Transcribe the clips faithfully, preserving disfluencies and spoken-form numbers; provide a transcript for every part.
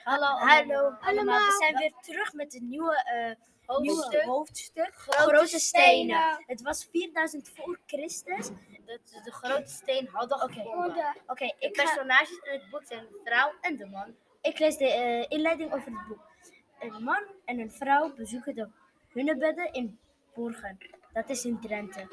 Hallo, Hallo allemaal. We zijn weer terug met een nieuwe, uh, hoofdstuk. nieuwe hoofdstuk. Grote, grote stenen. stenen. Het was vierduizend voor Christus. De, de, de grote steen hadden gevonden. Oké, okay, de personages in het boek zijn de vrouw en de man. Ik lees de uh, inleiding over het boek. Een man en een vrouw bezoeken de hunnebedden in Borgen. Dat is in Drenthe.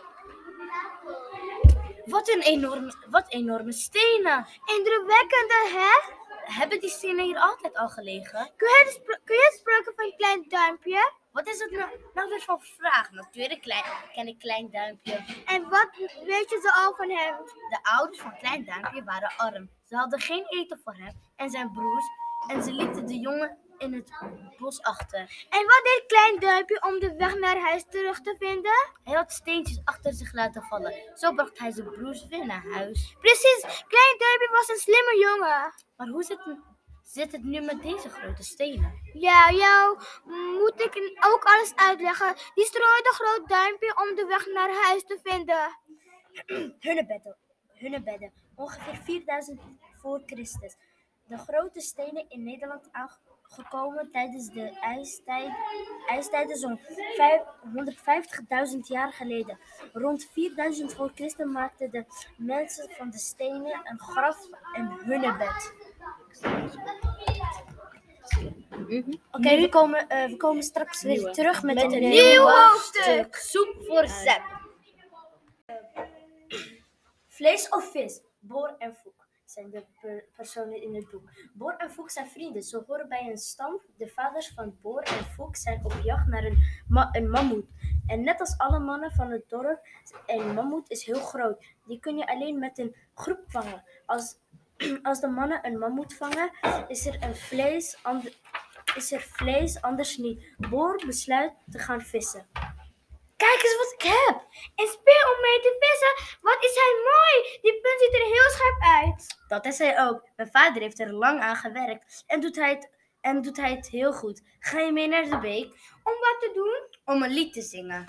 Wat een enorme, wat enorme stenen. Indrukwekkende, hè? Hebben die stenen hier altijd al gelegen? Kun je, spro- kun je spreken van een klein duimpje? Wat is het nou, nou weer van vraag? Natuurlijk klein, ken ik Klein Duimpje. En wat weet je zo al van hem? De ouders van Klein Duimpje waren arm. Ze hadden geen eten voor hem en zijn broers. En ze lieten de jongen in het bos achter. En wat deed Klein Duimpje om de weg naar huis terug te vinden? Hij had steentjes achter zich laten vallen. Zo bracht hij zijn broers weer naar huis. Precies, Klein Duimpje was een slimme jongen. Maar hoe zit het, zit het nu met deze grote stenen? Ja, jou moet ik ook alles uitleggen. Die strooide Groot Duimpje om de weg naar huis te vinden. Hunnebedden, hunnebedden, ongeveer vierduizend voor Christus. De grote stenen in Nederland aangekomen tijdens de ijstijd, ijstijden zo'n honderdvijftigduizend jaar geleden. Rond vierduizend voor Christus maakten de mensen van de stenen een graf en hunnebed. Mm-hmm. Oké, okay, we, komen, uh, we komen straks weer nieuwe. terug met, met een, een nieuw hoofdstuk. Soep voor Zep. Vlees of vis? Boor en Foek zijn de per- personen in het boek. Boor en Foek zijn vrienden. Ze horen bij een stam. De vaders van Boor en Foek zijn op jacht naar een, ma- een mammoet. En net als alle mannen van het dorp, een mammoet is heel groot. Die kun je alleen met een groep vangen. Als, als de mannen een mammoet vangen, is er, een vlees, and- is er vlees, anders niet. Boor besluit te gaan vissen. Kijk eens wat ik heb! Een speer om mee te vissen. Wat is hij mooi! Die punt ziet er heel scherp uit. Dat is hij ook. Mijn vader heeft er lang aan gewerkt en doet hij het, en doet hij het heel goed. Ga je mee naar de beek? Om wat te doen? Om een lied te zingen.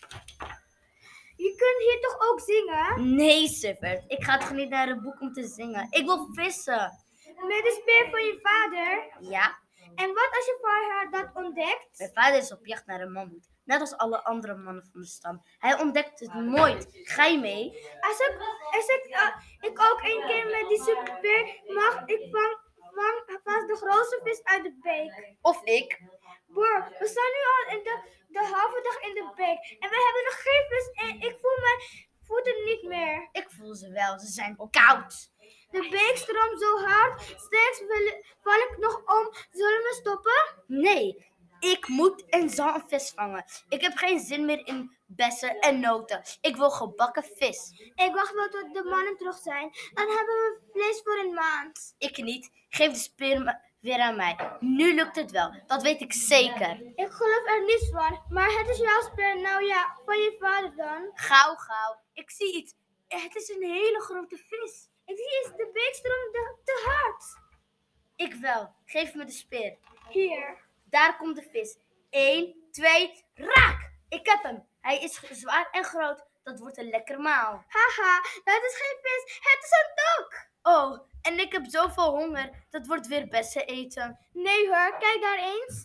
Je kunt hier toch ook zingen? Nee, sufferd. Ik ga toch niet naar een boek om te zingen. Ik wil vissen. Met de speer van je vader? Ja. En wat als je vader dat ontdekt? Mijn vader is op jacht naar een mammoet. Net als alle andere mannen van de stam. Hij ontdekt het nooit. Ga je mee? Als ik, als ik, uh, ik ook een keer met die speer mag, ik vang, vang vast de grootste vis uit de beek. Of ik. Boor, we staan nu al in de, de halve dag in de beek. En we hebben nog geen vis en ik voel mijn voeten niet meer. Ik voel ze wel. Ze zijn koud. De beek stroomt zo hard. Straks val ik nog om. Zullen we stoppen? Nee. Ik moet en zal een vis vangen. Ik heb geen zin meer in bessen en noten. Ik wil gebakken vis. Ik wacht wel tot de mannen terug zijn. Dan hebben we vlees voor een maand. Ik niet. Geef de speer weer aan mij. Nu lukt het wel. Dat weet ik zeker. Ik geloof er niets van. Maar het is jouw speer. Nou ja, van je vader dan. Gauw, gauw. Ik zie iets. Het is een hele grote vis. Ik zie iets. De beek stroomt te hard. Ik wel. Geef me de speer. Hier. Daar komt de vis. Eén, twee, raak! Ik heb hem. Hij is zwaar en groot. Dat wordt een lekker maal. Haha, dat is geen vis. Het is een tok. Oh, en ik heb zoveel honger. Dat wordt weer bessen eten. Nee hoor, kijk daar eens.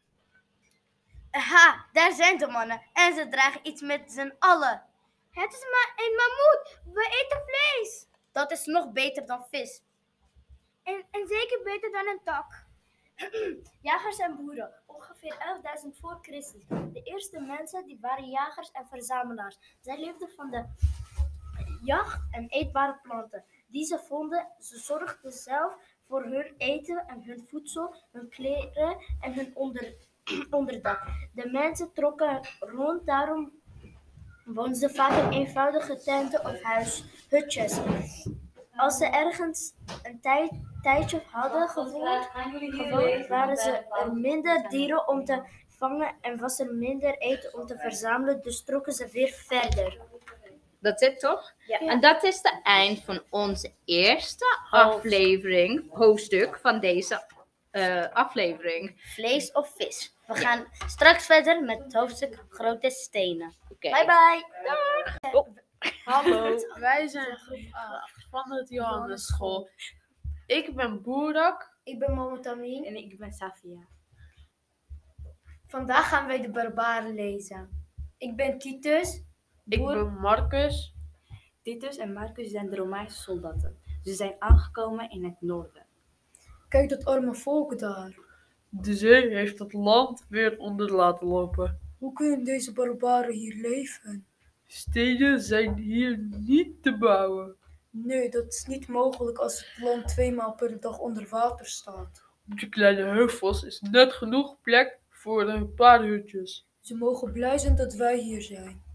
Ha, daar zijn de mannen. En ze dragen iets met z'n allen. Het is maar een mammoet. We eten vlees. Dat is nog beter dan vis. En, en zeker beter dan een tak. Jagers en boeren, ongeveer elfduizend voor Christus. De eerste mensen die waren jagers en verzamelaars. Zij leefden van de jacht en eetbare planten die ze vonden. Ze zorgden zelf voor hun eten en hun voedsel, hun kleren en hun onder, onderdak. De mensen trokken rond, daarom woonden ze vaak in eenvoudige tenten of huishutjes. Als ze ergens een tijd, tijdje hadden gewoond, gewoond, waren ze er minder dieren om te vangen en was er minder eten om te verzamelen, dus trokken ze weer verder. Dat zit toch? Ja. En dat is het eind van onze eerste aflevering, hoofdstuk van deze uh, aflevering. Vlees of vis. We gaan straks verder met het hoofdstuk Grote Stenen. Okay. Bye bye. Dag. Oh. Hallo, wij zijn groep acht van het Johannesschool. Ik ben Boerak Ik ben Momotamin. En ik ben Safia. Vandaag gaan wij de barbaren lezen. Ik ben Titus. Ik Boer- ben Marcus. Titus en Marcus zijn de Romeinse soldaten. Ze zijn aangekomen in het noorden. Kijk dat arme volk daar. De zee heeft het land weer onder laten lopen. Hoe kunnen deze barbaren hier leven? Steden zijn hier niet te bouwen. Nee, dat is niet mogelijk als het land tweemaal per dag onder water staat. Op de kleine heuvels is net genoeg plek voor een paar hutjes. Ze mogen blij zijn dat wij hier zijn.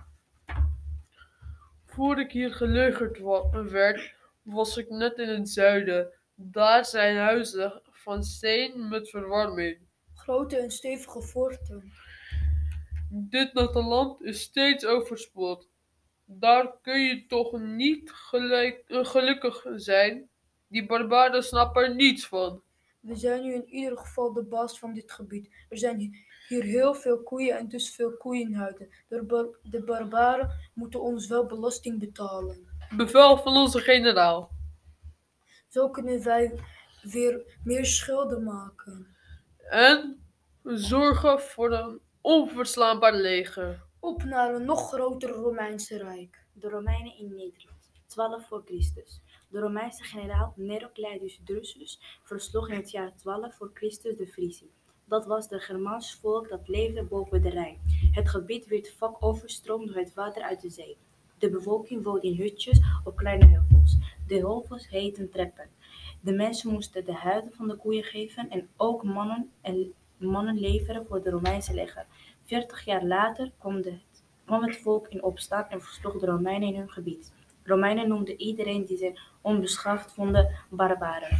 Voor ik hier gelegerd wa- werd, was ik net in het zuiden. Daar zijn huizen van steen met verwarming. Grote en stevige forten. Dit natte land is steeds overspoeld. Daar kun je toch niet gelijk, eh, gelukkig zijn? Die barbaren snappen er niets van. We zijn nu in ieder geval de baas van dit gebied. Er zijn hi- hier heel veel koeien en dus veel koeienhuiden. De, bar- de barbaren moeten ons wel belasting betalen. Bevel van onze generaal. Zo kunnen wij weer meer schulden maken. En zorgen voor een onverslaanbaar leger. Op naar een nog groter Romeinse rijk. De Romeinen in Nederland, twaalf voor Christus. De Romeinse generaal Nero Claudius Drusus versloeg in het jaar twaalf voor Christus de Friezen. Dat was de Germaans volk dat leefde boven de Rijn. Het gebied werd vaak overstroomd door het water uit de zee. De bevolking woonde in hutjes op kleine heuvels. De heuvels heten treppen. De mensen moesten de huiden van de koeien geven en ook mannen, en mannen leveren voor de Romeinse leger. Veertig jaar later kwam, de, kwam het volk in opstand en versloeg de Romeinen in hun gebied. Romeinen noemden iedereen die ze onbeschaafd vonden barbaren.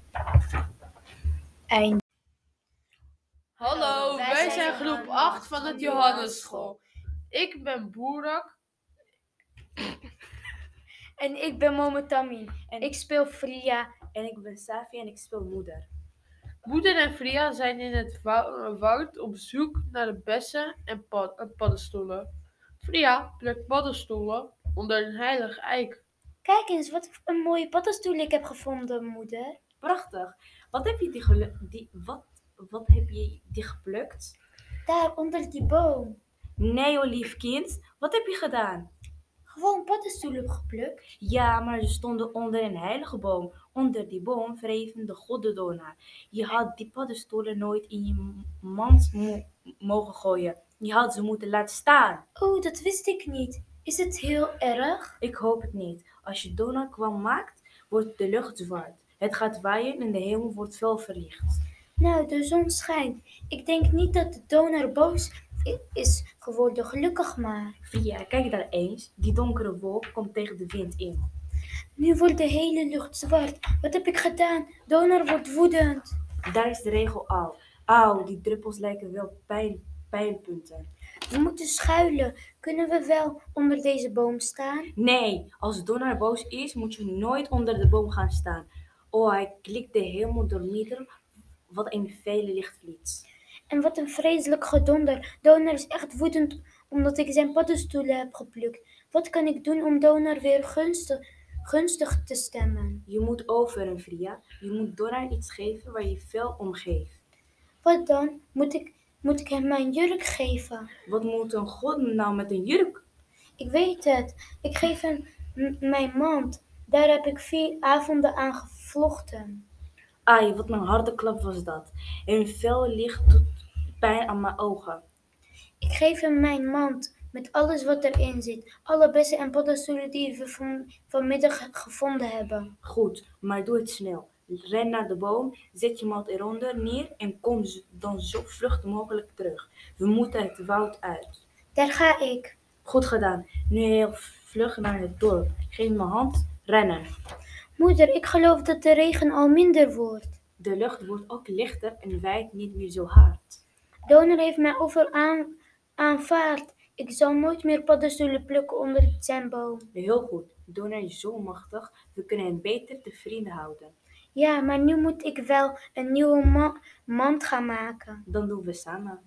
Eind. Hallo, wij wij zijn zijn groep Johannes acht van van het de Johannesschool. Ik ben Boerak. En ik ben Momotamin. En Ik speel Fria. En ik ben Safia en ik speel moeder. Moeder en Fria zijn in het wou- woud op zoek naar de bessen en pad- en paddenstoelen. Fria plukt paddenstoelen onder een heilige eik. Kijk eens, wat een mooie paddenstoel ik heb gevonden, moeder. Prachtig. Wat heb je die, gelu- die, wat, wat heb je die geplukt? Daar, onder die boom. Nee, oh lief kind. Wat heb je gedaan? Gewoon paddenstoelen geplukt. Ja, maar ze stonden onder een heilige boom. Onder die boom wreven de goden doornaar. Je had die paddenstoelen nooit in je m- mand mo- mogen gooien. Je had ze moeten laten staan. Oh, dat wist ik niet. Is het heel erg? Ik hoop het niet. Als je donar kwam maakt, wordt de lucht zwart. Het gaat waaien en de hemel wordt fel verlicht. Nou, de zon schijnt. Ik denk niet dat de donar boos i- is geworden, gelukkig maar. Via, kijk daar eens. Die donkere wolk komt tegen de wind in. Nu wordt de hele lucht zwart. Wat heb ik gedaan? Donar wordt woedend. Daar is de regel al. Auw, die druppels lijken wel pijn, pijnpunten. We moeten schuilen. Kunnen we wel onder deze boom staan? Nee, als Donar boos is, moet je nooit onder de boom gaan staan. Oh, hij klikt de hemel door midden, wat een vele lichtvliet. En wat een vreselijk gedonder. Donar is echt woedend omdat ik zijn paddenstoelen heb geplukt. Wat kan ik doen om Donar weer gunstig, gunstig te stemmen? Je moet overen, Fria. Je moet Donar iets geven waar je veel om geeft. Wat dan? Moet ik, moet ik hem mijn jurk geven? Wat moet een god nou met een jurk? Ik weet het. Ik geef hem m- mijn mand. Daar heb ik vier avonden aan gevlochten. Ai, wat een harde klap was dat. En fel licht doet pijn aan mijn ogen. Ik geef hem mijn mand met alles wat erin zit. Alle bessen en paddenstoelen die we van, vanmiddag gevonden hebben. Goed, maar doe het snel. Ren naar de boom, zet je mand eronder neer en kom z- dan zo vlug mogelijk terug. We moeten het woud uit. Daar ga ik. Goed gedaan. Nu heel vlug naar het dorp. Geef me hand, rennen. Moeder, ik geloof dat de regen al minder wordt. De lucht wordt ook lichter en waait niet meer zo hard. Donar heeft mij over aan, aanvaard. Ik zal nooit meer paddenstoelen plukken onder zijn boom. Heel goed. Donar is zo machtig, we kunnen hem beter te vrienden houden. Ja, maar nu moet ik wel een nieuwe ma- mand gaan maken. Dan doen we samen.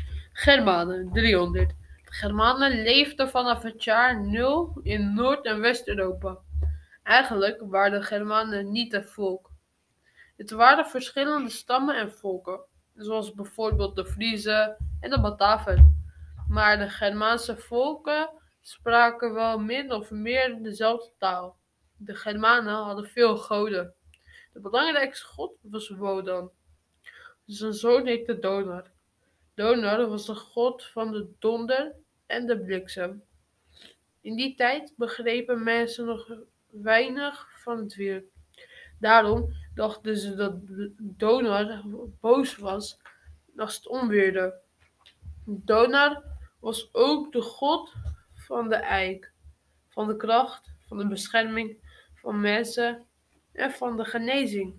Germanen, driehonderd. De Germanen leefden vanaf het jaar nul in Noord- en West-Europa. Eigenlijk waren de Germanen niet een volk. Het waren verschillende stammen en volken, zoals bijvoorbeeld de Friezen en de Bataven. Maar de Germaanse volken spraken wel min of meer dezelfde taal. De Germanen hadden veel goden. De belangrijkste god was Wodan. Zijn zoon heette Donar. Donar was de god van de donder en de bliksem. In die tijd begrepen mensen nog weinig van het weer. Daarom dachten ze dat Donar boos was als het onweerde. Donar was ook de god van de eik, van de kracht, van de bescherming van mensen en van de genezing.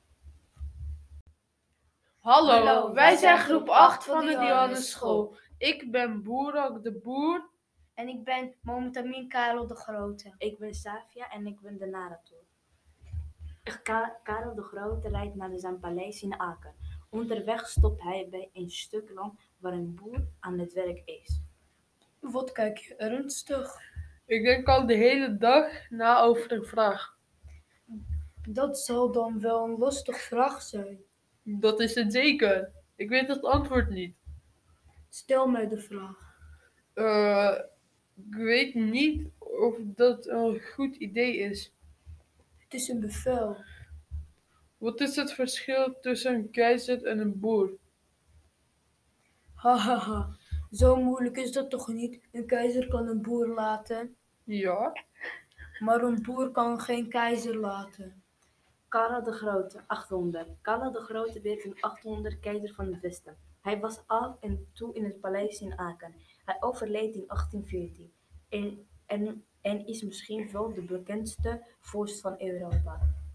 Hallo, Hallo, wij zijn groep acht van de Dianesschool. Ik ben Boerak de Boer. En ik ben Momentamin Karel de Grote. Ik ben Safia en ik ben de narrator. Ka- Karel de Grote rijdt naar zijn paleis in Aken. Onderweg stopt hij bij een stuk land waar een boer aan het werk is. Wat kijk je ernstig? Ik denk al de hele dag na over een vraag. Dat zal dan wel een lastige vraag zijn. Dat is het zeker. Ik weet het antwoord niet. Stel mij de vraag. Eh, ik weet niet of dat een goed idee is. Het is een bevel. Wat is het verschil tussen een keizer en een boer? Hahaha, zo moeilijk is dat toch niet? Een keizer kan een boer laten, Ja, maar een boer kan geen keizer laten. Karel de Grote, achthonderd. Karel de Grote werd in achthonderd keizer van het Westen. Hij was af en toe in het paleis in Aken. Hij overleed in achttienveertien en, en, en is misschien wel de bekendste vorst van Europa.